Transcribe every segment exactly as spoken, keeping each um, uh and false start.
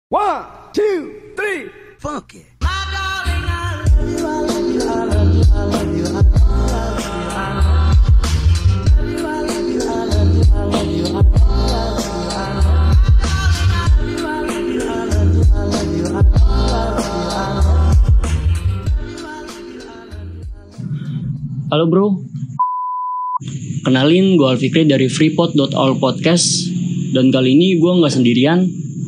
One, two, three, funk it. Halo bro, kenalin gue Alfikri dari freepod dot all podcast. Dan kali ini gue gak sendirian.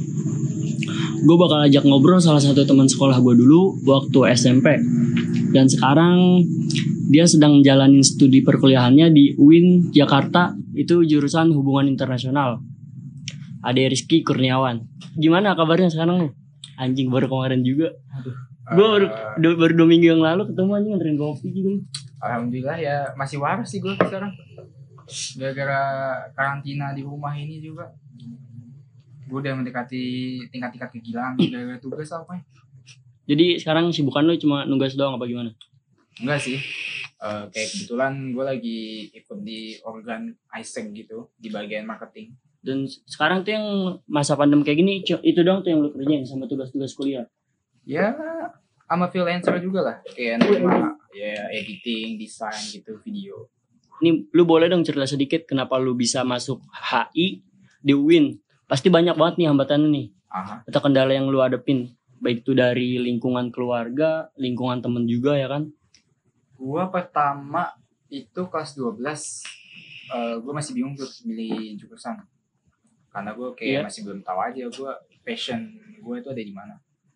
Gue bakal ajak ngobrol salah satu teman sekolah gue dulu waktu S M P. Dan sekarang dia sedang jalanin studi perkuliahannya di U I N Jakarta. Itu jurusan hubungan internasional. Ade Rizky Kurniawan. Gimana kabarnya sekarang nih? Anjing, baru kemarin juga. Aduh. Gue baru, uh, baru dua minggu yang lalu ketemu anjing nganterin kopi juga. Alhamdulillah ya masih waras sih gue sekarang. Gara-gara karantina di rumah ini juga. Gue udah mendekati tingkat-tingkat kegilaan gara-gara tugas apa ya. Jadi sekarang sibukan lu cuma nugas doang apa gimana? Enggak sih. Uh, kayak kebetulan gue lagi ikut di organ Iseng gitu di bagian marketing. Dan sekarang tuh yang masa pandemi kayak gini itu doang tuh yang lu kerjain sama tugas-tugas kuliah? Ya sama freelancer juga lah. Kayak nama ya editing, desain gitu, video. Ini lu boleh dong cerita sedikit kenapa lu bisa masuk H I di U I N? Pasti banyak banget nih hambatannya nih. Aha. Atau kendala yang lu hadepin. Baik itu dari lingkungan keluarga, lingkungan temen juga ya kan? Gua pertama itu kelas dua belas. Uh, gue masih bingung tuh milih jurusan. Karena gue kayak yeah. masih belum tahu aja gue passion gue itu ada di mana.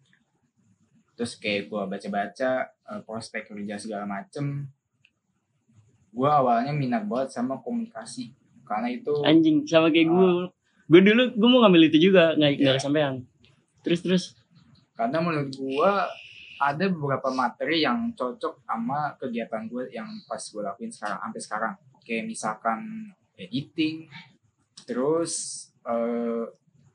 Terus kayak gue baca-baca uh, prospek kerja segala macem. Gue awalnya minat banget sama komunikasi. Karena itu anjing sama kayak uh, gue. Gue dulu gue mau ngambil itu juga nggak yeah. kesampean. Terus terus. Karena menurut gue ada beberapa materi yang cocok sama kegiatan gue yang pas gue lakuin sekarang sampai sekarang. Kayak misalkan editing, terus uh,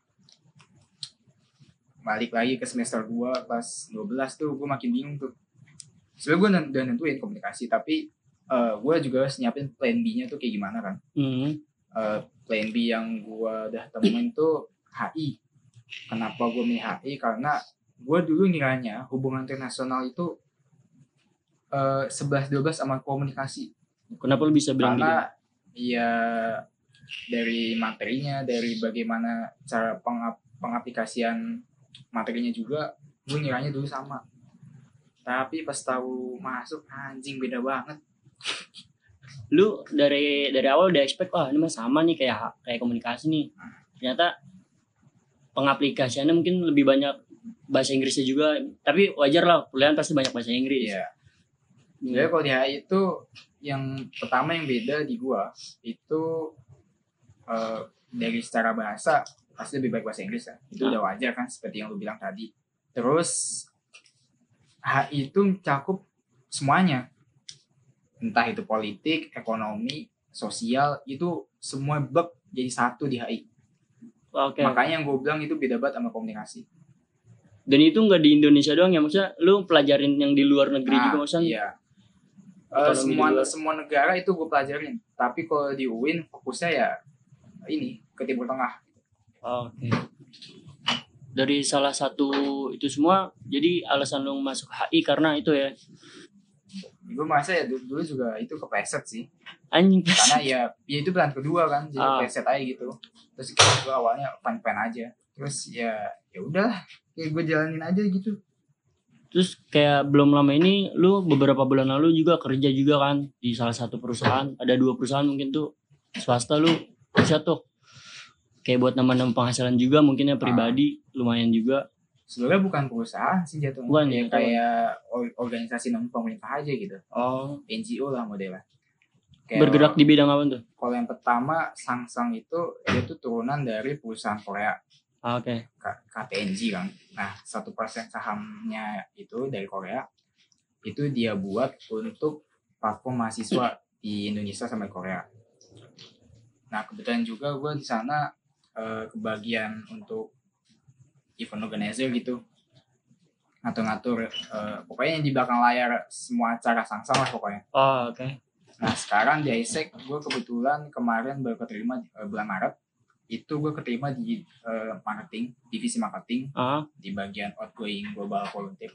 balik lagi ke semester dua kelas dua belas tuh gue makin bingung tuh. Sebenarnya gue udah nentuin komunikasi, tapi uh, gue juga harus nyiapin plan B-nya tuh kayak gimana kan. Mm. Uh, plan B yang gue udah temuin tuh H I. Kenapa gue milih H I? Karena gue dulu ngiranya hubungan internasional itu uh, sebelas dua belas sama komunikasi. Kenapa lu bisa bilang gitu? Karena ya dari materinya, dari bagaimana cara pengap- pengaplikasian materinya juga gue ngiranya dulu sama. Tapi pas tahu masuk anjing beda banget. Lu dari dari awal udah expect wah ini mah sama nih kayak kayak komunikasi nih. Ternyata pengaplikasiannya mungkin lebih banyak bahasa Inggrisnya juga. Tapi wajar lah, kuliah pasti banyak bahasa Inggris. Iya. Hmm. Jadi kalau di H I itu yang pertama yang beda di gua itu uh, dari secara bahasa pasti lebih baik bahasa Inggris ya. Itu ah. udah wajar kan seperti yang lu bilang tadi. Terus H I itu mencakup semuanya. Entah itu politik, ekonomi, sosial, itu semua bab jadi satu di H I. Okay. Makanya yang gue bilang itu beda banget sama komunikasi. Dan itu nggak di Indonesia doang ya, maksudnya lu pelajarin yang di luar negeri nah, juga maksudnya? Iya. Uh, semua semua negara itu gue pelajarin. Tapi kalau di U I N fokusnya ya ini ke Timur Tengah. Oke. Okay. Dari salah satu itu semua, jadi alasan lu masuk H I karena itu ya? Gue merasa ya dulu, dulu juga itu kepleset sih. Anjing. Karena ya, ya itu pilihan kedua kan, jadi ah. kepleset aja gitu. Terus gue awalnya fan-fan aja. Terus ya ya udah, kayak gue jalanin aja gitu. Terus kayak belum lama ini lu beberapa bulan lalu juga kerja juga kan di salah satu perusahaan. Ada dua perusahaan mungkin tuh swasta lu bisa tuh. Kayak buat nambah-nambah penghasilan juga mungkin ya pribadi ah. lumayan juga. Sebenarnya bukan perusahaan sih jatuhnya. Bukan ya, ya kayak organisasi non pemerintah aja gitu. Oh, N G O lah modelnya. Kayak bergerak di bidang apa tuh? Kalau yang pertama Sangsang itu dia tuh turunan dari perusahaan Korea. Ah, Oke. Okay. K T N G kan. Nah, satu persen sahamnya itu dari Korea. Itu dia buat untuk platform mahasiswa di Indonesia sama Korea. Nah, kebetulan juga gue di sana eh, kebagian untuk event organizer gitu. Ngatur-ngatur uh, pokoknya yang di belakang layar semua acara Sangsang lah pokoknya. Oh, oke. Okay. Nah, sekarang di Isek gue kebetulan kemarin baru keterima uh, bulan Maret itu gue keterima di uh, marketing, divisi marketing Ah, di bagian outgoing global volunteer.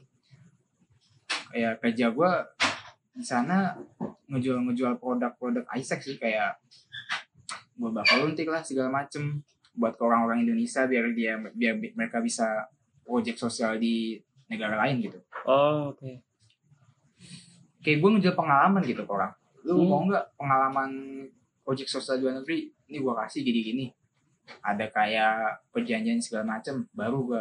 Ya kerja gue di sana ngejual-ngejual produk-produk Isaac sih, kayak global volunteer lah segala macem buat ke orang-orang Indonesia biar dia biar mereka bisa project sosial di negara lain gitu. oh oke. Okay. Kayak gue ngejual pengalaman gitu ke orang. Lu Hmm. mau nggak pengalaman project sosial di luar negeri? Ini gue kasih gini-gini. Ada kayak perjanjian segala macem, baru gue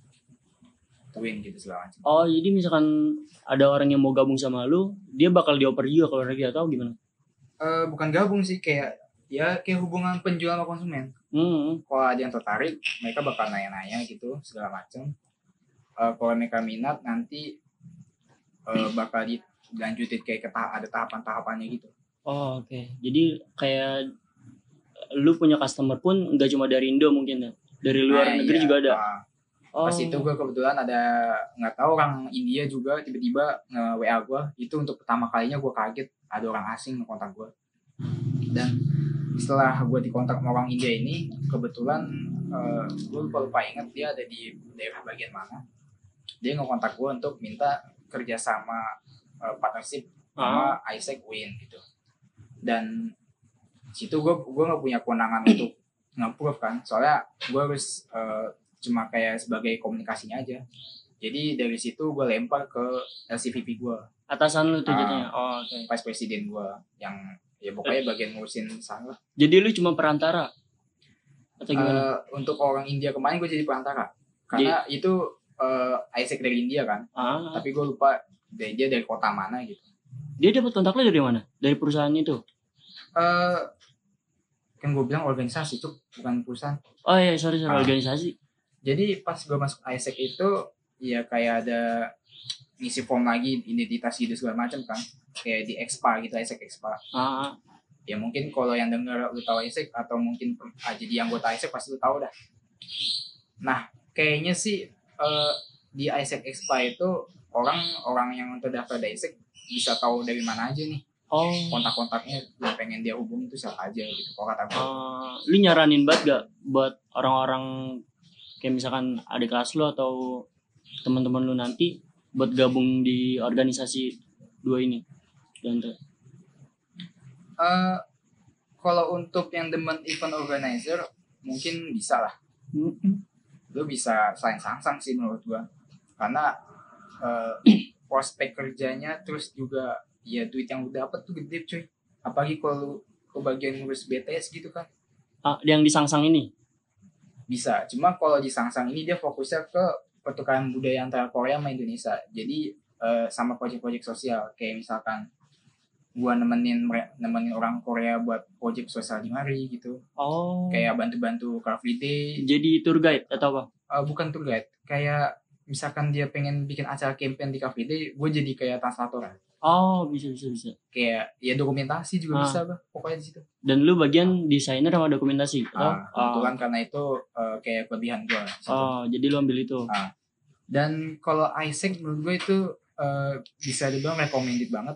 tuin gitu segala macem. Oh jadi misalkan ada orang yang mau gabung sama lu, dia bakal dioper juga ke luar negeri atau gimana? Uh, bukan gabung sih, kayak ya kayak hubungan penjual sama konsumen. Hmm. Kalau ada yang tertarik, mereka bakal nanya-nanya gitu segala macem. Uh, kalau mereka minat nanti uh, bakal dilanjutin kayak ke tahap, ada tahapan-tahapannya gitu. Oh oke. Okay. Jadi kayak lu punya customer pun nggak cuma dari Indo mungkin ya, dari luar nah, negeri iya. juga ada. Uh, oh. Pas itu gue kebetulan ada nggak tahu orang India juga tiba-tiba nge-W A gue. Itu untuk pertama kalinya gue kaget ada orang asing ngekontak gue. Dan setelah gue dikontak sama orang India ini, kebetulan uh, gue lupa lupa ingat dia ada di daerah bagian mana. Dia ngekontak gue untuk minta kerjasama uh, partnership sama Ah. Isaac Win gitu. Dan situ gue gue nggak punya kewenangan untuk nge-approve kan, soalnya gue harus uh, cuma kayak sebagai komunikasinya aja. Jadi dari situ gue lempar ke L C V P gue. Atasan lu tuh Ah. jadinya. Oh oke. Okay. Vice Presiden gue yang ya pokoknya bagian ngurusin sana. Jadi lu cuma perantara atau gimana? Uh, untuk orang India kemarin gue jadi perantara karena Di... itu uh, Isaac dari India kan. Ah. Tapi gue lupa dia, dia dari kota mana gitu. Dia dapat kontak lu dari mana? Dari perusahaan itu? Uh, kan gue bilang organisasi itu bukan perusahaan. Oh iya sorry sorry ah. organisasi. Jadi pas gue masuk Isaac itu ya kayak ada ngisi form lagi identitas gitu segala macam kan, kayak di Expa gitu, Isaac Expa. Ah. Ya mungkin kalau yang denger lu tahu Isaac atau mungkin ah, jadi anggota Isaac pasti lu tahu dah. Nah kayaknya sih uh, di Isaac Expa itu orang-orang yang terdaftar di Isaac bisa tahu dari mana aja nih. Oh. Kontak-kontaknya yang pengen dia hubungi itu siapa aja gitu. Kalau kata gue. Uh, lu nyaranin banget gak buat orang-orang kayak misalkan adik kelas lu atau teman-teman lu nanti buat gabung di organisasi dua ini? Dan uh, kalau untuk yang demen event organizer mungkin bisa lah. Mm-hmm. Lu bisa saing-sangsang sih menurut gua. Karena uh, prospek kerjanya terus juga ya duit yang lu dapat tuh gede cuy. Apalagi kalau lu ke bagian ngurus B T S gitu kan. Ah, yang di Sangsang ini? Bisa. Cuma kalau di Sangsang ini dia fokusnya ke pertukaran budaya antara Korea sama Indonesia. Jadi uh, sama proyek-proyek sosial. Kayak misalkan gua nemenin nemenin orang Korea buat proyek sosial di mari gitu. Oh. Kayak bantu-bantu Car Free Day. Jadi tour guide atau apa? Uh, bukan tour guide. Kayak misalkan dia pengen bikin acara campaign di Car Free Day, gue jadi kayak translator. Oh, bisa bisa bisa. Kayak ya dokumentasi juga ah. bisa bah, pokoknya di situ. Dan lu bagian desainer sama dokumentasi? Ah, kebetulan ah. karena itu uh, kayak kelebihan gue. Oh, jadi lu ambil itu. Ah. Dan kalau Isaac menurut gue itu uh, bisa dibilang recommended banget.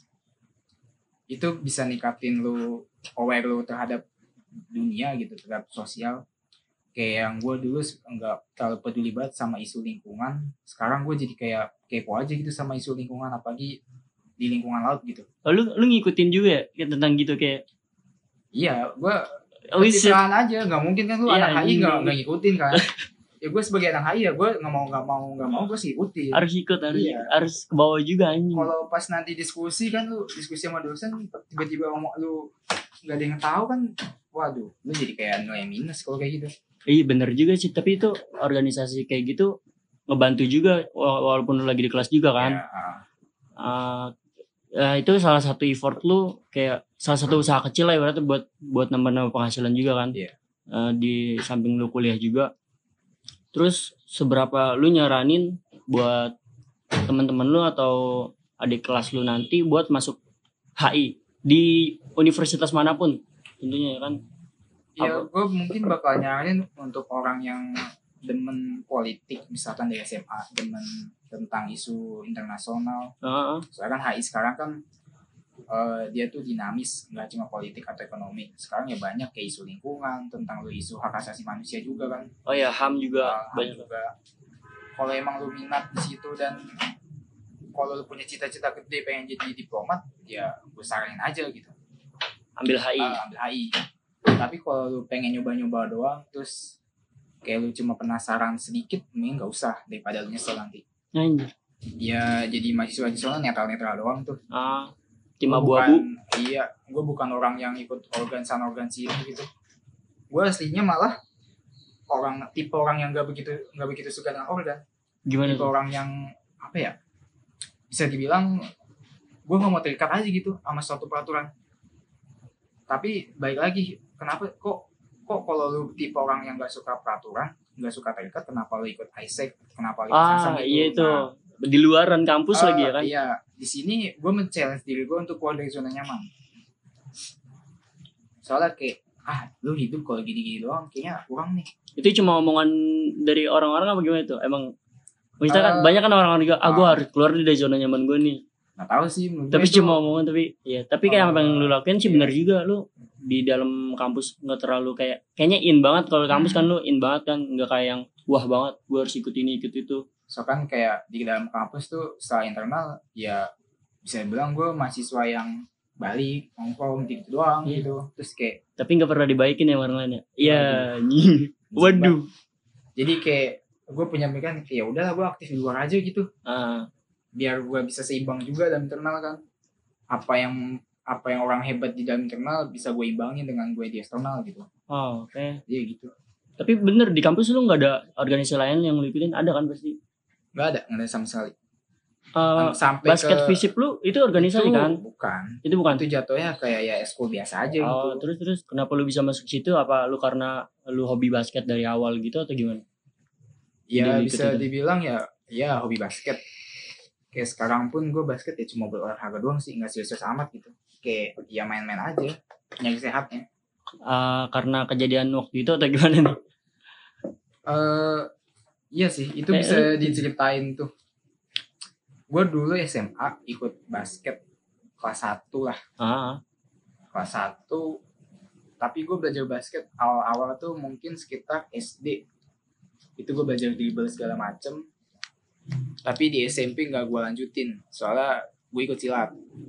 Itu bisa ningkatin lu aware lu terhadap dunia gitu, terhadap sosial. Kayak yang gue dulu enggak terlalu peduli banget sama isu lingkungan. Sekarang gue jadi kayak kepo aja gitu sama isu lingkungan, apalagi di lingkungan laut gitu. Oh, lu lu ngikutin juga ya tentang gitu kayak? Iya, gue oh, kepikiran aja, nggak mungkin kan lu yeah, anak H I nggak nggak ngikutin kan? Ya gue sebagai anak H I ya gue nggak mau nggak mau nggak mau gue sih ikutin. Harus ikut harus iya. harus ke bawah juga anjing. Kalau pas nanti diskusi kan lu diskusi sama dosen tiba-tiba ngomong lu nggak ada yang tahu kan, waduh, lu jadi kayak nilai minus kalau kayak gitu. Iya bener juga sih, tapi itu organisasi kayak gitu ngebantu juga walaupun lu lagi di kelas juga kan. Ya, uh. Uh, ya itu salah satu effort lu, kayak salah satu usaha kecil lah ibaratnya buat buat nambah-nambah penghasilan juga kan. Yeah. Uh, di samping lu kuliah juga. Terus seberapa lu nyaranin buat teman-teman lu atau adik kelas lu nanti buat masuk H I di universitas manapun tentunya ya kan? Ya gue mungkin bakal nyaranin untuk orang yang demen politik, misalkan dari S M A demen tentang isu internasional. Uh-huh. Soalnya kan H I sekarang kan uh, dia tuh dinamis, nggak cuma politik atau ekonomi. Sekarang ya banyak kayak isu lingkungan, tentang lu isu hak asasi manusia juga kan. Oh ya, H A M juga Uh, H A M banyak. juga. Kalau emang lu minat di situ dan kalau lu punya cita-cita gede pengen jadi diplomat, ya gue saranin aja gitu. Ambil H I. Uh, ambil H I. Tapi kalau lu pengen nyoba-nyoba doang, terus kayak lu cuma penasaran sedikit, mending nggak usah daripada lu nyesel nanti. Anjir. Ya jadi mahasiswa di sana netral-netral doang tuh. Ah, tim Gua abu-abu. bukan- Iya, gue bukan orang yang ikut organ-organ ini gitu. Gue aslinya malah orang tipe orang yang nggak begitu nggak begitu suka dengan organ. Gimana Tipe tuh? orang yang apa ya? Bisa dibilang gue nggak mau terikat aja gitu sama suatu peraturan. Tapi baik lagi, kenapa kok kok kalau lu tipe orang yang nggak suka peraturan, nggak suka terikat, kenapa lu ikut I S E C? Kenapa lu ikut Ah, SASAM gitu? iya itu. Nah, Di luaran kampus Ah, lagi ya kan? Iya, di sini gue men-challenge diri gue untuk keluar dari zona nyaman. Soalnya kayak, ah lu hidup kalau gini-gini doang, kayaknya kurang nih. Itu cuma omongan dari orang-orang apa gimana tuh? Emang maksudnya kan Ah. banyak kan orang-orang juga, ah gue Ah. harus keluar dari zona nyaman gue nih. Nggak tahu sih, menurut Tapi gue itu- cuma omongan tapi ya, tapi kayak Ah, apa yang lu lakuin sih iya. benar juga. Lu di dalam kampus nggak terlalu kayak kayaknya in banget. Kalau kampus Hmm. kan lu in banget kan, nggak kayak yang wah banget gue harus ikut ini ikut itu. So kan kayak di dalam kampus tuh secara internal ya bisa bilang gue mahasiswa yang balik nongkrong gitu doang Iya. gitu. Terus kayak Tapi nggak pernah dibaikin ya orang lain ya. Iya. Waduh. Waduh. jadi kayak gue punya pemikiran kayak ya udahlah gue aktif di luar aja gitu. Ah, Biar gue bisa seimbang juga dalam internal kan. Apa yang apa yang orang hebat di dalam internal bisa gue imbangin dengan gue di eksternal gitu. oh, oke. Jadi gitu. Tapi bener di kampus lu nggak ada organisasi lain yang lu ikutin? Ada kan pasti. Nggak ada, nggak ada sama sekali. Eh, Sampai basket ke fisip lu itu organisasi itu kan? bukan. Itu bukan. Itu jatuhnya kayak ya eskul biasa aja Oh, gitu. terus terus kenapa lu bisa masuk situ? Apa lu karena lu hobi basket dari awal gitu atau gimana? Ya Jadi bisa ikut itu. dibilang ya ya hobi basket. Kayak sekarang pun gue basket ya cuma berolahraga doang sih, nggak serius amat gitu. Kayak ya main-main aja, nyari sehatnya. Eh, karena kejadian waktu itu atau gimana nih? Eh iya sih, itu Eh, bisa lu- diceritain tuh. Gue dulu S M A ikut basket kelas satu lah, Ah, kelas satu. Tapi gue belajar basket awal-awal tuh mungkin sekitar S D. Itu gue belajar dribble segala macem. Tapi di S M P nggak gue lanjutin, soalnya gue ikut silat.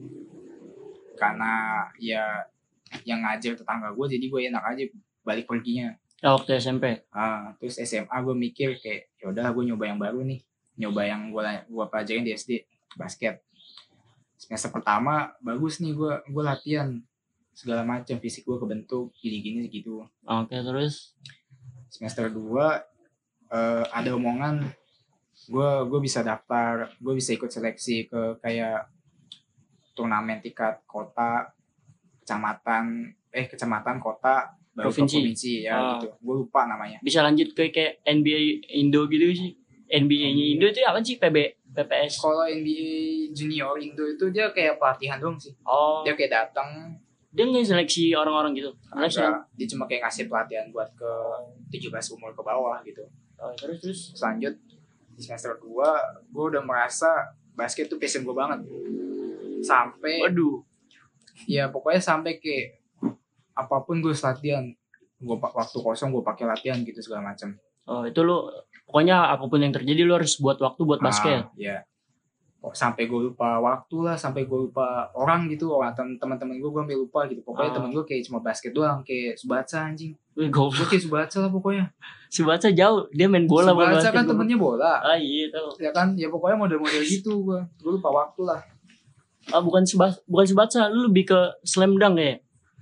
Karena ya yang ngajar tetangga gue, jadi gue enak aja balik perginya. oh, waktu S M P. Ah, terus S M A gue mikir kayak yaudah gue nyoba yang baru nih, nyoba yang gue gue pelajarin di S D basket. Semester pertama bagus nih gue gue latihan segala macam, fisik gue kebentuk gini-gini gitu. Oke, terus Semester dua eh, ada omongan gue gue bisa daftar, gue bisa ikut seleksi ke kayak turnamen tingkat kota, kecamatan, eh kecamatan, kota, baru ke Provinsi. provinsi ya Ah. gitu. Gue lupa namanya. bisa lanjut ke kayak N B A Indo gitu sih. N B A-nya Indo itu apa sih? P B P P S. Kalau N B A junior Indo itu dia kayak pelatihan doang sih. Oh, Dia kayak datang, dia nggak seleksi orang-orang gitu. Seleksi. agak, dia cuma kayak ngasih pelatihan buat ke tujuh belas umur ke bawah gitu. Oh, terus terus. Terus lanjut di semester dua, gue udah merasa basket tuh passion gue banget. Sampai Waduh. ya pokoknya sampai kayak apapun gue latihan, gue waktu kosong gue pakai latihan gitu segala macam. Oh, itu lu pokoknya apapun yang terjadi lu harus buat waktu buat basket. Ah, ya. Kok sampai gue lupa waktu lah, sampai gue lupa orang gitu, orang tem- teman-teman gue gue sampai lupa gitu. Pokoknya Ah. temen gue kayak cuma basket doang, kayak Subatsa anjing. Wih, Gue goblok. kayak Subatsa lah pokoknya. Si Baca jauh, dia main bola bukan Subatsa basket. kan temennya bola. Ah, iya tahu. Ya kan, ya pokoknya model-model gitu gue. Gue lupa waktu lah. Ah, bukan si Bas- bukan si Baca, lu lebih ke slam dunk ya?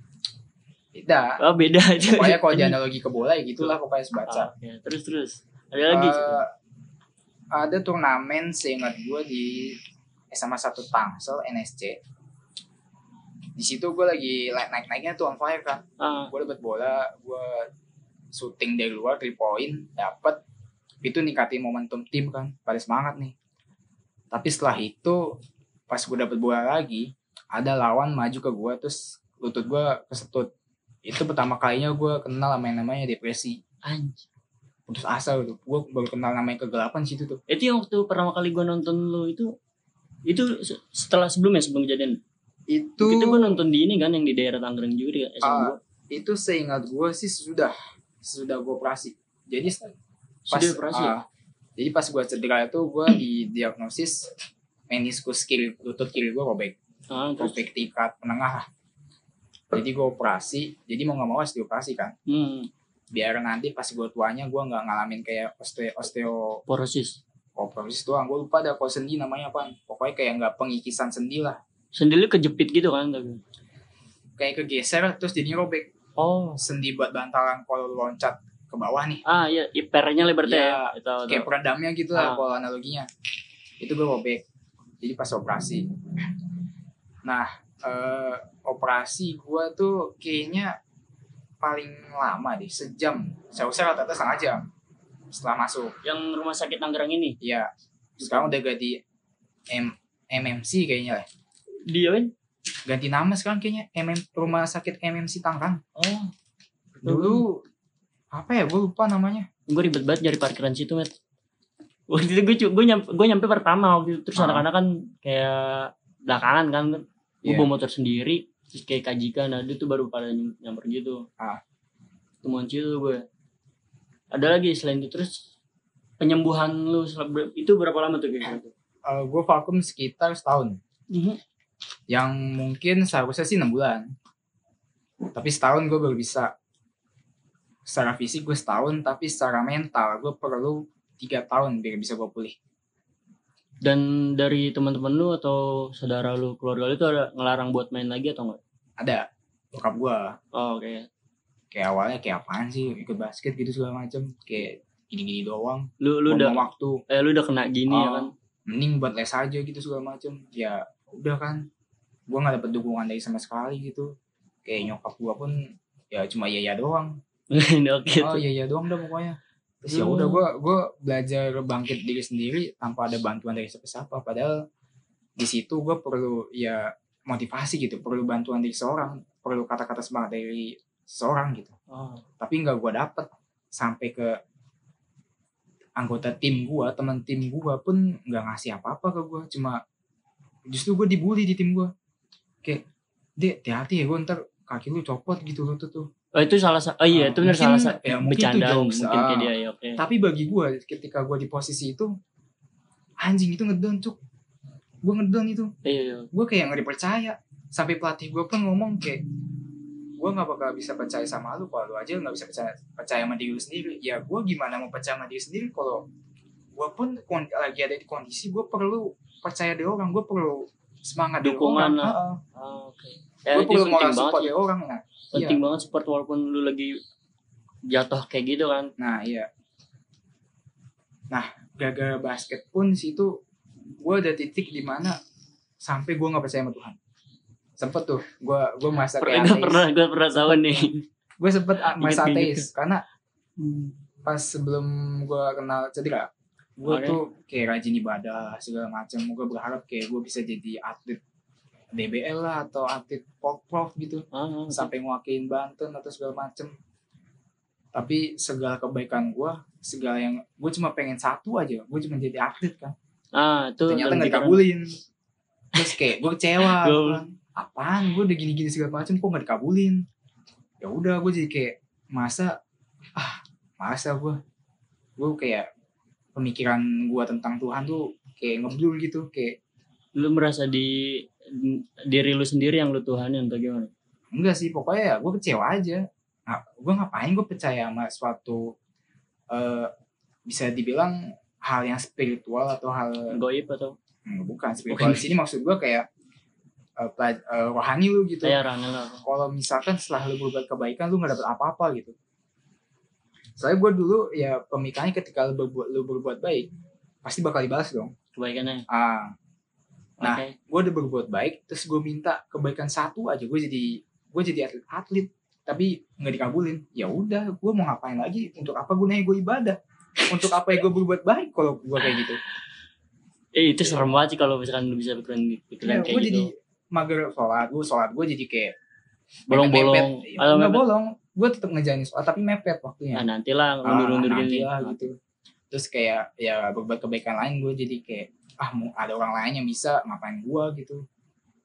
Tidak. Ah, beda aja. Pokoknya kalau dianalogi ke bola ya gitulah pokoknya Subatsa. Ah, oke. Terus terus. Ada lagi. Eh, ada turnamen seingat gue di S M A satu Tangsel N S C. Di situ gue lagi naik-naiknya tuh on fire kan. Ah, Gue dapet bola, gue shooting dari luar three point, dapet. Itu ningkatin momentum tim kan, pada semangat nih. Tapi setelah itu pas gue dapet bola lagi, ada lawan maju ke gue, terus lutut gue kesetut. Itu pertama kalinya gue kenal sama yang namanya depresi, anjir. putus asa gitu. Gue baru kenal namanya kegelapan situ tuh. Itu yang waktu pertama kali gua nonton lu itu itu se- setelah sebelumnya sebelum kejadian. Itu Itu gue nonton di ini kan yang di daerah Tangerang juga di S M ah, dua. itu seingat gue sih sudah sudah gue operasi. Jadi pas Sudah operasi. ah, jadi pas gue cedera itu gue didiagnosis meniskus kiri lutut kiri gue robek, Ah, terus. robek tingkat menengah lah. Jadi gue operasi, jadi mau nggak mau harus dioperasi kan. Hmm, Biar nanti pas gue tuanya gue nggak ngalamin kayak osteo osteo porosis. operasi doang. Gue lupa dah kalau sendi namanya apa. Pokoknya kayak nggak pengikisan sendi lah. Sendiri kejepit gitu kan tapi. Kayak kegeser terus jadinya robek. Oh. Sendi buat bantalan kalau loncat ke bawah nih. Ah iya, ipernya lebar teh. Ya, Ya, itu, kayak peredamnya gitu lah Ah. kalau analoginya. Itu gue robek. Jadi pas operasi. Nah, eh, operasi gue tuh kayaknya paling lama deh, sejam. Seharusnya rata-rata setengah jam setelah masuk. Yang rumah sakit Tangerang ini. Iya. Sekarang udah ganti M MMC kayaknya lah. Dia kan? Ganti nama sekarang kayaknya M M Rumah Sakit M M C Tangerang. Oh. Dulu apa ya? Gue lupa namanya. Gue ribet banget nyari parkiran situ, Met. Waktu itu gue gue nyampe gue nyampe pertama waktu itu terus Ah. anak-anak kan kayak belakangan kan. Gue Iya. bawa motor sendiri terus kayak kajikan, nah itu baru pada nyam- nyamper gitu. Ah. Temuan situ gue. Ada lagi selain itu terus penyembuhan lu selama- itu berapa lama tuh kayak gitu? Uh, gue vakum sekitar setahun. Mhm. Yang mungkin seharusnya sih enam bulan. Tapi setahun gue baru bisa. Secara fisik gue setahun, tapi secara mental gue perlu tiga tahun biar bisa gue pulih. Dan dari teman-teman lu atau saudara lu, keluarga lu itu ada ngelarang buat main lagi atau enggak? Ada bokap gue. Oh, oke. Kayak awalnya kayak apaan sih ikut basket gitu segala macem. Kayak gini-gini doang. Lu lu Buang udah waktu. eh lu udah kena gini ya Oh, kan? mending buat les aja gitu segala macem. Ya udah kan. Gue nggak dapet dukungan dari sama sekali gitu. Kayak nyokap gue pun ya cuma iya iya doang. Oke. Oh iya iya doang dah pokoknya. Terus ya udah gue gue belajar bangkit diri sendiri tanpa ada bantuan dari siapa-siapa. Padahal di situ gue perlu ya motivasi gitu, perlu bantuan dari seorang, perlu kata-kata semangat dari seorang gitu. Oh. Tapi nggak gue dapet sampai ke anggota tim gue, teman tim gue pun nggak ngasih apa-apa ke gue. Cuma justru gue dibully di tim gue. Kayak, dek hati-hati ya gue ntar kaki lu copot gitu lu tuh tuh. Oh itu salah satu. Oh iya, Ah, itu benar mungkin- salah satu. ya, mungkin itu Bercandaan jokes, mungkin kayak ah. dia ya, oke. Tapi bagi gue ketika gue di posisi itu anjing itu ngedon cuk, gue ngedon itu, Iya, iya. gue kayak nggak dipercaya. Sampai pelatih gue pun ngomong kayak, gue nggak bakal bisa percaya sama lu kalau lu aja nggak bisa percaya percaya sama diri lu sendiri. Ya gue gimana mau percaya sama diri sendiri kalau gue pun kon- lagi ada di kondisi gue perlu percaya di orang, gue perlu semangat dari Dukungan orang, lah. Heeh. Oh, oke. Ya, gue itu perlu penting moral banget support sih. dari orang. Nah, Penting iya. banget support walaupun lu lagi jatuh kayak gitu kan. Nah iya. Nah gara-gara basket pun di situ gue ada titik di mana sampai gue nggak percaya sama Tuhan. Sempet tuh gue gue masa Pernah kayak gue ateis. pernah gue pernah tahu nih. Gue sempet a- masa Ingat-ingat. ateis karena pas sebelum gue kenal cedera, gue Oke. tuh kayak rajin ibadah segala macam. Gue berharap kayak gue bisa jadi atlet D B L lah atau atlet prof gitu, Ah, sampai ngewakilin Banten atau segala macem. Tapi segala kebaikan gue, segala yang gue cuma pengen satu aja, gue cuma jadi atlet kan. ah itu Ternyata dalam nggak pikiran. dikabulin. Terus kayak gue kecewa, Gol. kan. Apaan? Gue udah gini-gini segala macem, kok nggak dikabulin? Ya udah, gue jadi kayak masa, ah masa gue, gue kayak pemikiran gue tentang Tuhan tuh kayak ngeblur gitu, kayak Lu merasa di diri lu sendiri yang lu Tuhanin atau gimana? enggak sih, pokoknya ya gue kecewa aja. Nah, gue ngapain gue percaya sama suatu eh, bisa dibilang hal yang spiritual atau hal Goib atau hmm, bukan spiritual di sini maksud gue kayak eh, pelaj- eh, rohani lu gitu. kayak ranel apa? Kalau misalkan setelah lu berbuat kebaikan lu nggak dapet apa-apa gitu. Soalnya gue dulu ya pemikirannya ketika lu berbuat lu berbuat baik pasti bakal dibalas dong. Kebaikannya. Ah, Nah, Oke. gue udah berbuat baik, terus gue minta kebaikan satu aja, gue jadi gue jadi atlet atlet, tapi nggak dikabulin. Ya udah, gue mau ngapain lagi? Untuk apa gunanya gue ibadah? Untuk apa ya gue berbuat baik kalau gue kayak gitu? Eh itu serem banget sih kalau misalkan lu bisa pikiran pikiran Ya, kayak gue gitu. jadi mager sholat, gue sholat gue jadi kayak Bolong-bolong. mepet-mepet. Atau Ya, nggak mepet. bolong, gue tetap ngejalani sholat tapi mepet waktunya. Nah, nantilah Ah, undur-undur nanti gini. lah gitu. Terus kayak ya berbuat kebaikan lain gue jadi kayak ah mau ada orang lain yang bisa ngapain gue gitu.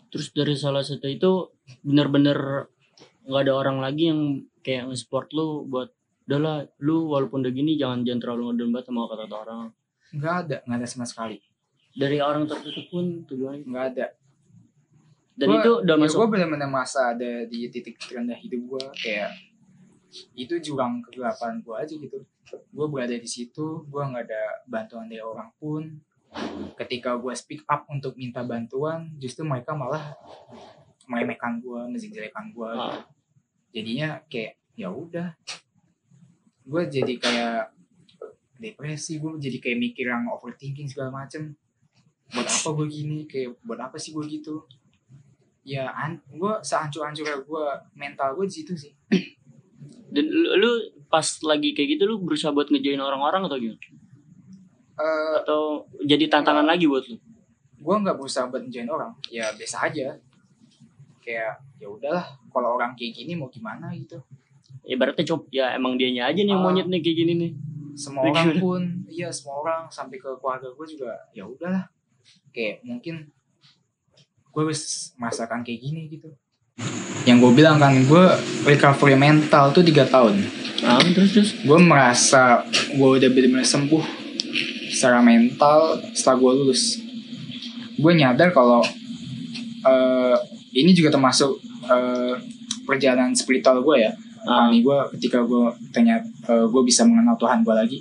Terus dari salah satu itu bener-bener nggak ada orang lagi yang kayak nge-support lu buat udahlah lu walaupun udah gini jangan jangan terlalu ngedon banget sama kata-kata orang. Nggak ada, nggak ada sama sekali. Dari orang tertutup pun tujuannya Nggak ada. dan Gua, itu udah ya masuk. gue benar-benar masa ada di titik terendah hidup gue, kayak itu jurang kegelapan gue aja gitu. Gue berada di situ, gue nggak ada bantuan dari orang pun. Ketika gue speak up untuk minta bantuan, justru mereka malah meremehkan gue, menjelek-jelekan gue. Ah. Jadinya kayak ya udah, gue jadi kayak depresi, gue jadi kayak mikir yang overthinking segala macem. Buat apa gue gini, kayak buat apa sih gue gitu? Ya, an- gue sehancur-hancurnya gue, mental gue di situ sih. Dan lu, lu pas lagi kayak gitu lu berusaha buat ngejoin orang-orang atau gimana? Uh, Atau jadi tantangan enggak. lagi buat lu? gue nggak berusaha buat ngejoin orang, ya biasa aja. Kayak ya udahlah, kalau orang kayak gini mau gimana gitu. Ibaratnya cop ya emang dianya aja nih yang Ah. monyet nih kayak gini nih. Semua orang pun, iya semua orang sampai ke keluarga gue juga ya udahlah. Kayak mungkin gue harus merasakan kayak gini gitu. Yang gue bilang kan, gue recovery mental tuh tiga tahun. Ah, terus terus. Gue merasa gue udah benar-benar sembuh secara mental setelah gue lulus. Gue nyadar kalau uh, ini juga termasuk uh, perjalanan spiritual gue ya. Ah. Ini gue ketika gue ternyata uh, gue bisa mengenal Tuhan gue lagi.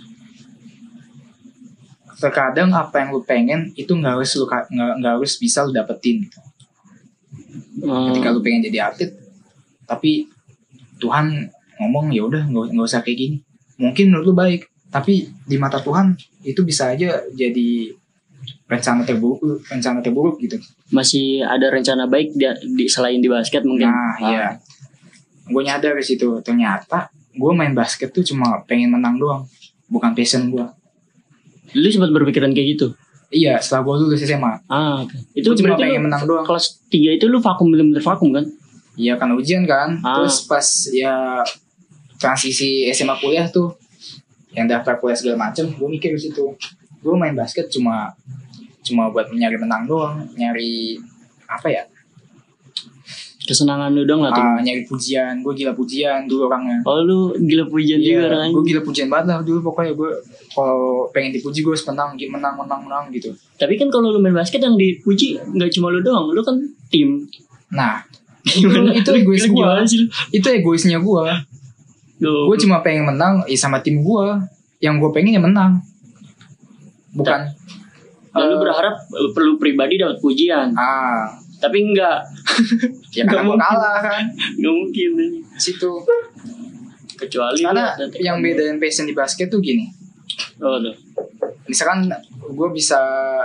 Terkadang apa yang lu pengen itu nggak harus lu nggak nggak harus bisa lu dapetin. Hmm. Ketika lu pengen jadi atlet, tapi Tuhan ngomong ya udah nggak nggak usah kayak gini. Mungkin menurut lu baik, tapi di mata Tuhan itu bisa aja jadi rencana terburuk, rencana terburuk gitu. Masih ada rencana baik di, di selain di basket mungkin. Nah, iya. Gue nyadar di situ, ternyata gue main basket tuh cuma pengen menang doang, bukan passion gue. Lu sempat berpikiran kayak gitu? Iya, setelah gue lulus S M A. Ah, oke. Itu Gua cuma berarti pengen lu menang doang. kelas tiga itu lu vakum, bener-bener vakum kan? Iya, kan ujian kan. Ah. Terus pas ya transisi S M A kuliah tuh, yang daftar kuliah segala macem, gue mikir di situ, gue main basket cuma cuma buat nyari menang doang, nyari apa ya? Kesenangan lu dong lah tuh. Ah, nyari pujian, gue gila pujian dulu orangnya. Oh lu gila pujian juga Iya, orang. gue gila pujian banget lah dulu pokoknya. Gue kalau pengen dipuji gue harus menang, menang, menang, menang gitu. Tapi kan kalau lu main basket yang dipuji nggak cuma lu doang, lu kan tim. Nah, Gimana? itu Lu- egois lu gue, gimana sih lu? itu egoisnya gue. Lu- Gue cuma pengen menang, ya sama tim gue. Yang gue pengen ya menang, bukan. Dan lu eh, berharap lu perlu pribadi dapat pujian, Ah, tapi enggak, ya Nggak karena gue mungkin. kalah kan, nggak mungkin. situ. Kecuali Karena lu- yang bedain passion di basket tuh gini. Oh, tuh. Misalkan gue bisa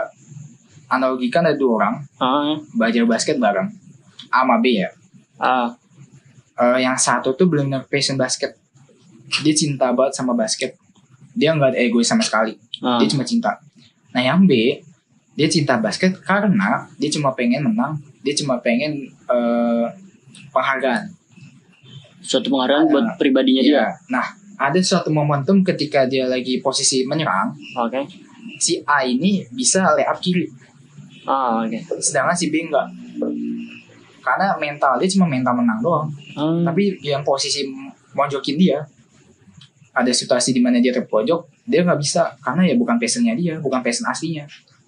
analogikan ada dua orang Ah, belajar basket bareng, A sama B ya. ah, Eh, yang satu tuh benar-benar passion basket, dia cinta banget sama basket, dia nggak ada egois sama sekali, ah. dia cuma cinta. Nah yang B, dia cinta basket karena dia cuma pengen menang, dia cuma pengen eh, penghargaan. Suatu penghargaan Ada. buat pribadinya dia. Iya. Nah ada suatu momentum ketika dia lagi posisi menyerang, Oke. si A ini bisa lay up kiri, Ah, oke. sedangkan si B enggak. Karena mental dia cuma mental menang doang. Ah, Tapi yang posisi mojokin dia, ada situasi di mana dia terpojok, dia nggak bisa karena ya bukan passionnya dia, bukan passion aslinya.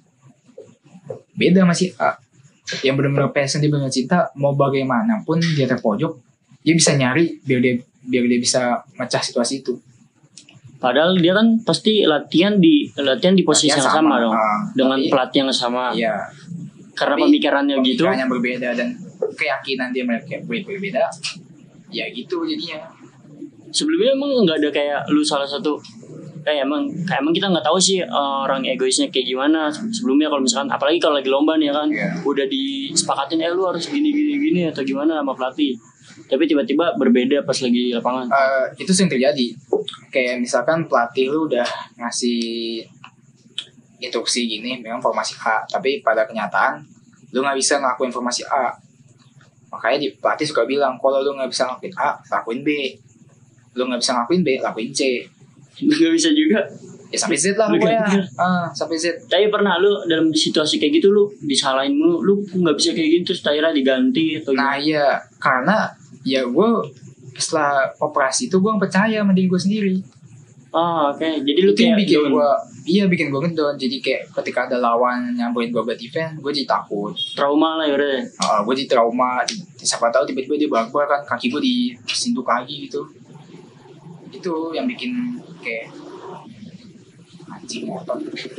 Beda sama si A, yang benar-benar passion, dia benar cinta, mau bagaimanapun dia terpojok, dia bisa nyari biar dia biar dia bisa mecah situasi itu. Padahal dia kan pasti latihan di latihan di posisi Latihan yang sama, sama, dong, ah, dengan tapi- pelatih yang sama. Iya. Karena tapi pemikirannya gitu. Pemikirannya berbeda dan keyakinan dia mereka berbeda. Ya gitu jadinya. Sebelumnya emang nggak ada kayak lu salah satu kayak emang kayak emang kita nggak tahu sih uh, orang egoisnya kayak gimana sebelumnya kalau misalkan apalagi kalau lagi lomba nih ya kan Iya. udah disepakatin eh lu harus gini gini gini atau gimana sama pelatih tapi tiba-tiba berbeda pas lagi lapangan. Eh, itu sering terjadi. Kayak misalkan pelatih lu udah ngasih instruksi gini, memang formasi A, tapi pada kenyataan lu nggak bisa ngelakuin formasi A. Makanya di pelatih suka bilang, kalau lu nggak bisa ngelakuin A, lakuin B. Lu nggak bisa ngelakuin B, lakuin C. Nggak bisa juga. Ya sampai Z lah Lu pokoknya. ganti. Ah, sampai Z. Tapi pernah lu dalam situasi kayak gitu lu disalahin mulu, lu nggak bisa kayak gitu, terus akhirnya diganti atau Nah gimana? iya, karena ya gue setelah operasi itu gue percaya sama diri gue sendiri. Oh, oke. Okay. Jadi lu Itu yang kayak bikin down. gue, iya bikin gue ngedown. Jadi kayak ketika ada lawan nyamperin gue buat event, gue jadi takut. Trauma lah ya udah. Uh, gue jadi trauma. Siapa tahu tiba-tiba dia barbar kan, kaki gue disentuh kaki gitu. Itu yang bikin kayak anjing motor.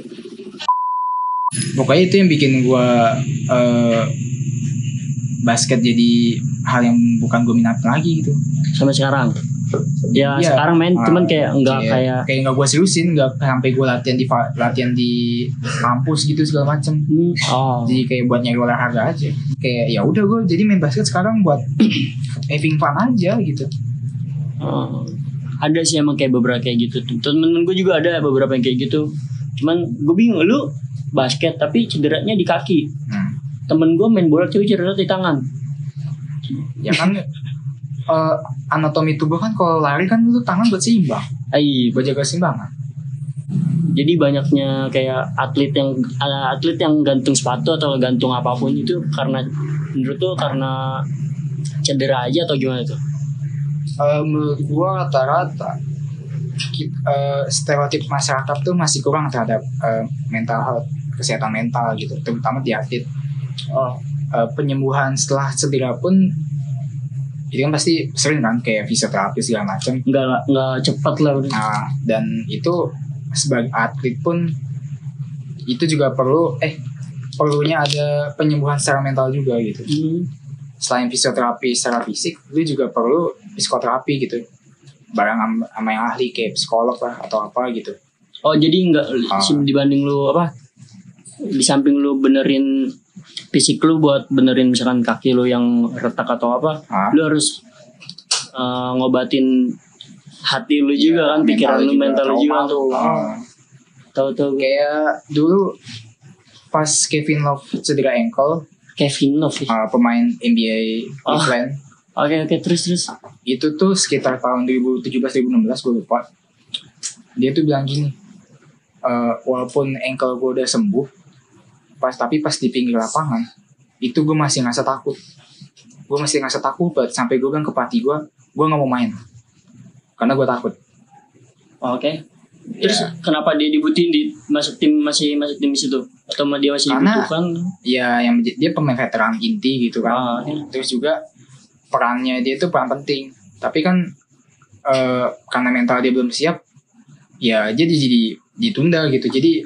Pokoknya itu yang bikin gue uh, basket jadi hal yang bukan gue minat lagi gitu. Sampai sekarang. Ya Iya. sekarang main Ah, cuman kayak enggak kayak kayak kayak nggak gue seriusin, nggak sampai gue latihan di fa- latihan di kampus gitu segala macem. hmm, oh. Jadi kayak buat nyari olahraga aja. Kayak ya udah gue jadi main basket sekarang buat having fun aja gitu. Oh. Ada sih emang kayak beberapa kayak gitu. Temen gue juga ada beberapa yang kayak gitu. Cuman gue bingung, lu basket tapi cederanya di kaki. Hmm. Temen gue main bola cewek cedera di tangan. Ya kan eh, anatomi tubuh kan kalau lari kan lu tangan buat seimbang, Ay, buat jaga keseimbangan. jadi banyaknya kayak atlet yang ada atlet yang gantung sepatu atau gantung apapun itu karena menurut tuh karena cedera aja atau gimana tuh? Eh, menurut gua rata-rata ki- eh, stereotip masyarakat tuh masih kurang terhadap eh, mental health, kesehatan mental gitu, terutama di atlet. Oh, Eh, penyembuhan setelah cedera pun itu kan pasti sering kan kayak fisioterapi segala macam. nggak nggak cepat lah udah. Nah, dan itu sebagai atlet pun itu juga perlu eh perlunya ada penyembuhan secara mental juga gitu. Hmm. Selain fisioterapi secara fisik, lu juga perlu psikoterapi gitu. Barang am- sama yang ahli kayak psikolog lah atau apa gitu. Oh jadi nggak Ah. dibanding lu apa? Di samping lu benerin fisik lu buat benerin misalkan kaki lu yang retak atau apa, Ah. lu harus uh, ngobatin hati lu juga kan, pikiran lu, mental lu juga. tuh. Ah. Tahu-tahu Kayak dulu pas Kevin Love cedera ankle, Kevin Love. Ya? uh, pemain N B A Ah. Cleveland, Oke oke terus terus. itu tuh sekitar tahun dua ribu tujuh belas dua ribu enam belas gue lupa. Dia tuh bilang gini, "Eh, walaupun ankle gue udah sembuh, pas tapi pas di pinggir lapangan itu gue masih ngerasa takut. Gue masih ngerasa takut banget sampai gue bilang ke pelatih gue, gue nggak mau main karena gue takut." Oke. Terus Ya. kenapa dia dibutuhin di masuk tim masih masuk tim situ atau dia masih Karena- dibutuhkan? Ya yang menj- dia pemain veteran inti gitu kan. Ah, ya. Terus juga perannya dia itu peran penting. Tapi kan eh, karena mental dia belum siap, ya jadi jadi ditunda gitu. Jadi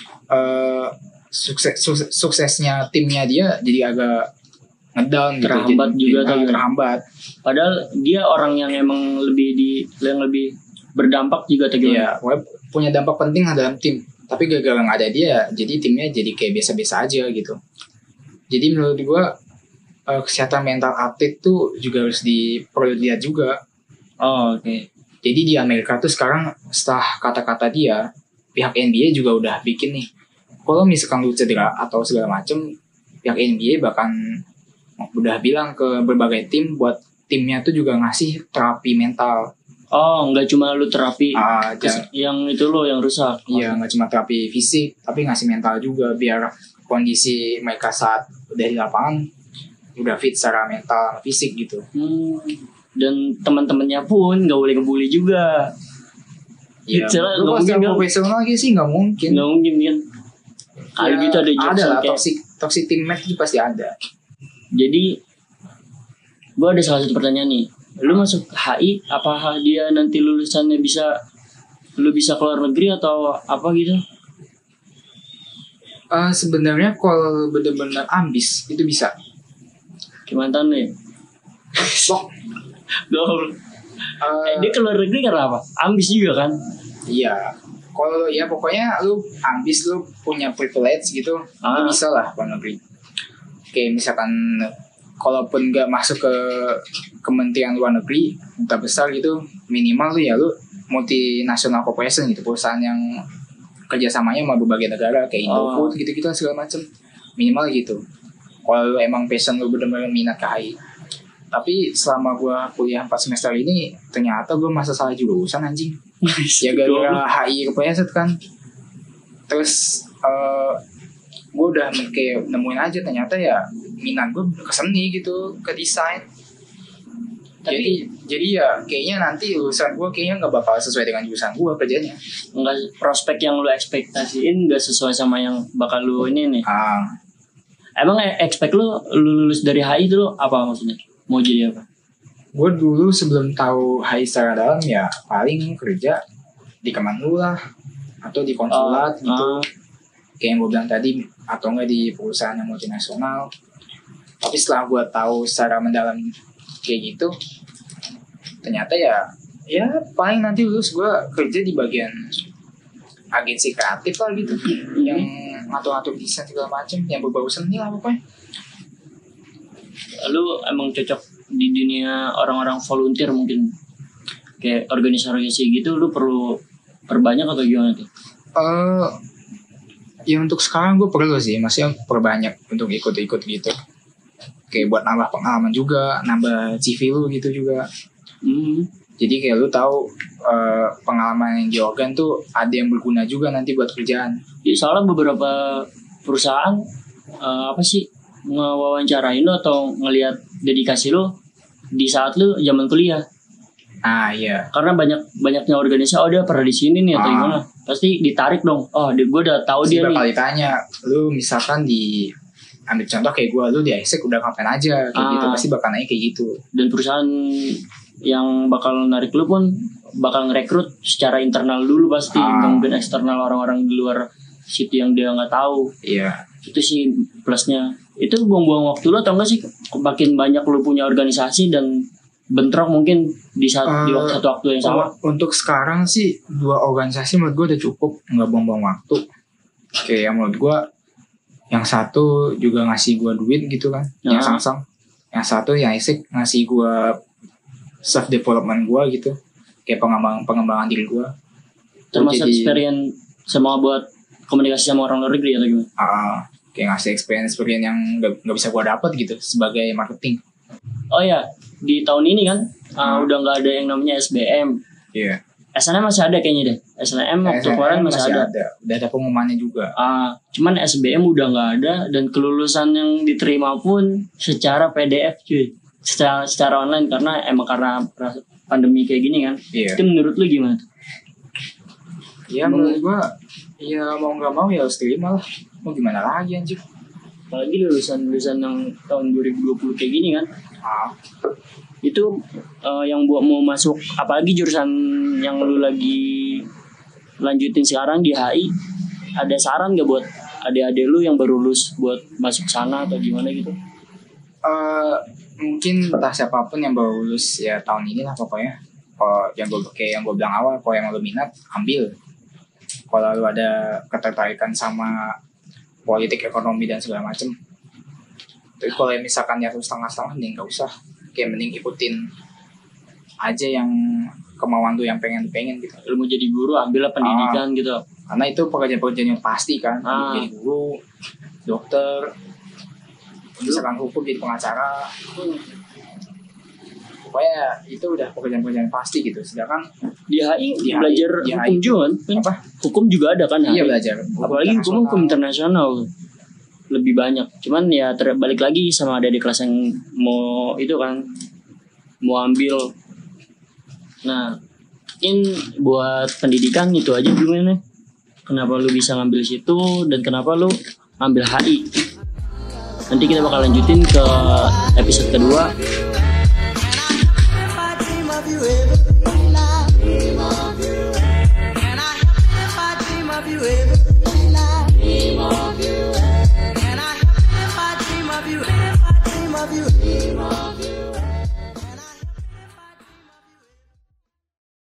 eh, sukses sukses- suksesnya timnya dia jadi agak ngedown gitu. Terhambat Jadi- juga ah, tuh. terhambat. Padahal dia orang yang emang lebih di yang lebih berdampak juga atau gimana? Iya, pokoknya punya dampak penting lah dalam tim. Tapi gara-gara nggak ada dia, jadi timnya jadi kayak biasa-biasa aja gitu. Jadi menurut gua eh, kesehatan mental atlet tuh juga harus di perlu dilihat juga. Oh, oke. Jadi di Amerika tuh sekarang setelah kata-kata dia, pihak N B A juga udah bikin nih. Kalau misalkan lu cedera atau segala macem, pihak N B A bahkan udah bilang ke berbagai tim buat timnya tuh juga ngasih terapi mental. Oh, nggak cuma lu terapi. Ah, Terus jangan- yang itu lo yang rusak. Iya, nggak cuma terapi fisik, tapi ngasih mental juga biar kondisi mereka saat udah di lapangan udah fit secara mental, fisik gitu. Hmm. Dan teman-temannya pun nggak boleh ngebully juga. Iya, Celah, lu nggak pas mungkin yang kan? profesional lagi sih nggak mungkin. Nggak mungkin kan? Ada Ya, gitu ada jokes ada lah, kayak. toxic toxic teammate itu pasti ada. Jadi, gue ada salah satu pertanyaan nih. Lu masuk H I, apa dia nanti lulusannya bisa lu bisa keluar negeri atau apa gitu? Eh, sebenarnya kalau benar-benar ambis itu bisa. Gimana lu ya? Sok. Gaul. Eh, Eh, dia keluar negeri karena apa? Ambis juga kan? Iya. Kalau ya pokoknya lu ambis, lu punya privilege gitu, Ah. lu bisa lah luar negeri. Kayak misalkan kalaupun nggak masuk ke Kementerian Luar Negeri duta besar gitu, minimal lu ya lu multinational corporation gitu, perusahaan yang kerjasamanya sama berbagai negara kayak Oh. Indofood gitu-gitu lah segala macem, minimal gitu. Kalau lu emang passion lu bener-bener minat ke H I. Tapi selama gua kuliah empat semester ini ternyata gua masa salah jurusan anjing. Ya gara-gara H I kepleset kan. Terus uh, gue udah kayak nemuin aja ternyata ya minat gue ke seni gitu, ke desain. Tapi, jadi jadi ya kayaknya nanti lulusan gue kayaknya nggak bakal sesuai dengan jurusan gue kerjanya. Nggak, prospek yang lu ekspektasiin nggak sesuai sama yang bakal lu ini nih. Ah. Emang ekspek lu, lu lulus dari H I itu apa maksudnya? Mau jadi apa? Gue dulu sebelum tahu H I secara dalam ya paling kerja di Kemenlu lah atau di konsulat uh, gitu. Uh. Kayak yang gue bilang tadi, atau enggak di perusahaan yang multinasional. Tapi setelah gue tahu secara mendalam kayak gitu, ternyata ya ya paling nanti lulus gue kerja di bagian agensi kreatif lah gitu, mm-hmm. yang ngatur-ngatur desain segala macam, yang berbau seni lah pokoknya. Lu emang cocok di dunia orang-orang volunteer mungkin, kayak organisasi gitu, lu perlu perbanyak atau gimana tuh? Uh, ya untuk sekarang gue perlu sih, maksudnya perbanyak untuk ikut-ikut gitu. Kayak buat nambah pengalaman juga, nambah C V lu gitu juga. Hmm. Jadi kayak lu tahu uh, pengalaman yang di organ tuh ada yang berguna juga nanti buat kerjaan. Ya, soalnya beberapa perusahaan uh, apa sih ngewawancarain lu atau ngelihat dedikasi lu di saat lu zaman kuliah. Ah iya. Karena banyak banyaknya organisasi, oh dia pernah di sini nih atau ah. gimana? Pasti ditarik dong. Oh, gue udah tahu dia nih. Kali tanya, lu misalkan di ambil contoh kayak gue, lu di I S E C udah ngapain aja kayak ah. gitu, pasti bakal naik kayak gitu. Dan perusahaan yang bakal narik lu pun bakal ngerekrut secara internal dulu pasti, ah. mungkin eksternal orang-orang di luar situ yang dia nggak tahu. Iya. Itu sih plusnya. Itu buang-buang waktu lu atau enggak sih? Makin banyak lu punya organisasi dan bentrok mungkin di saat uh, di waktu satu waktu yang sama. Untuk sekarang sih dua organisasi menurut gue udah cukup, nggak buang-buang waktu. Kayak yang menurut gue, yang satu juga ngasih gue duit gitu kan, uh-huh. yang Samsung. Yang satu yang I S E C ngasih gue self development gue gitu, kayak pengembangan pengembangan diri gue. Termasuk jadi, experience sama buat komunikasi sama orang luar negeri atau gimana? Uh, kayak ngasih experience experience yang nggak nggak bisa gue dapat gitu sebagai marketing. Oh ya, di tahun ini kan uh, hmm. udah nggak ada yang namanya S B M. Iya. Yeah. S N M masih ada kayaknya deh. S N M waktu kemarin masih, masih ada. ada. Udah ada pengumumannya juga. Ah, uh, cuman S B M udah nggak ada dan kelulusan yang diterima pun secara P D F cuy, secara secara online karena emang karena pandemi kayak gini kan. Iya. Itu menurut lu gimana? Ya menurut gua, ya mau nggak mau ya harus terima lah. Mau gimana lagi anjir. Apalagi lulusan-lulusan yang tahun dua ribu dua puluh kayak gini kan. Ah. Itu uh, yang buat mau masuk apalagi jurusan yang lu lagi lanjutin sekarang di H I, ada saran gak buat adik-adik lu yang baru lulus buat masuk sana atau gimana gitu? Uh, mungkin entah siapapun yang baru lulus ya tahun ini lah pokoknya. Kalau yang gue kayak yang gue bilang awal, kalau yang lu minat ambil. Kalau lu ada ketertarikan sama politik, ekonomi dan segala macem. Tapi kalau misalkan nyatu setengah-setengah nih nggak usah, kayak mending ikutin aja yang kemauan tuh yang pengen-pengen gitu. Lu mau jadi guru ambillah pendidikan ah, gitu. Karena itu pekerjaan-pekerjaan yang pasti kan. Ah. Jadi guru, dokter, misalkan hukum jadi pengacara. Hmm. Pokoknya itu udah pekerjaan-pekerjaan pasti gitu. Sedangkan di H I di belajar di hukum juga kan? Apa? Hukum juga ada kan? Iya belajar. Apalagi hukum hukum internasional lebih banyak. Cuman ya terbalik lagi sama ada di kelas yang mau itu kan mau ambil. Nah, mungkin buat pendidikan itu aja gimana? Kenapa lu bisa ngambil situ dan kenapa lu ngambil H I? Nanti kita bakal lanjutin ke episode kedua. Dream of you.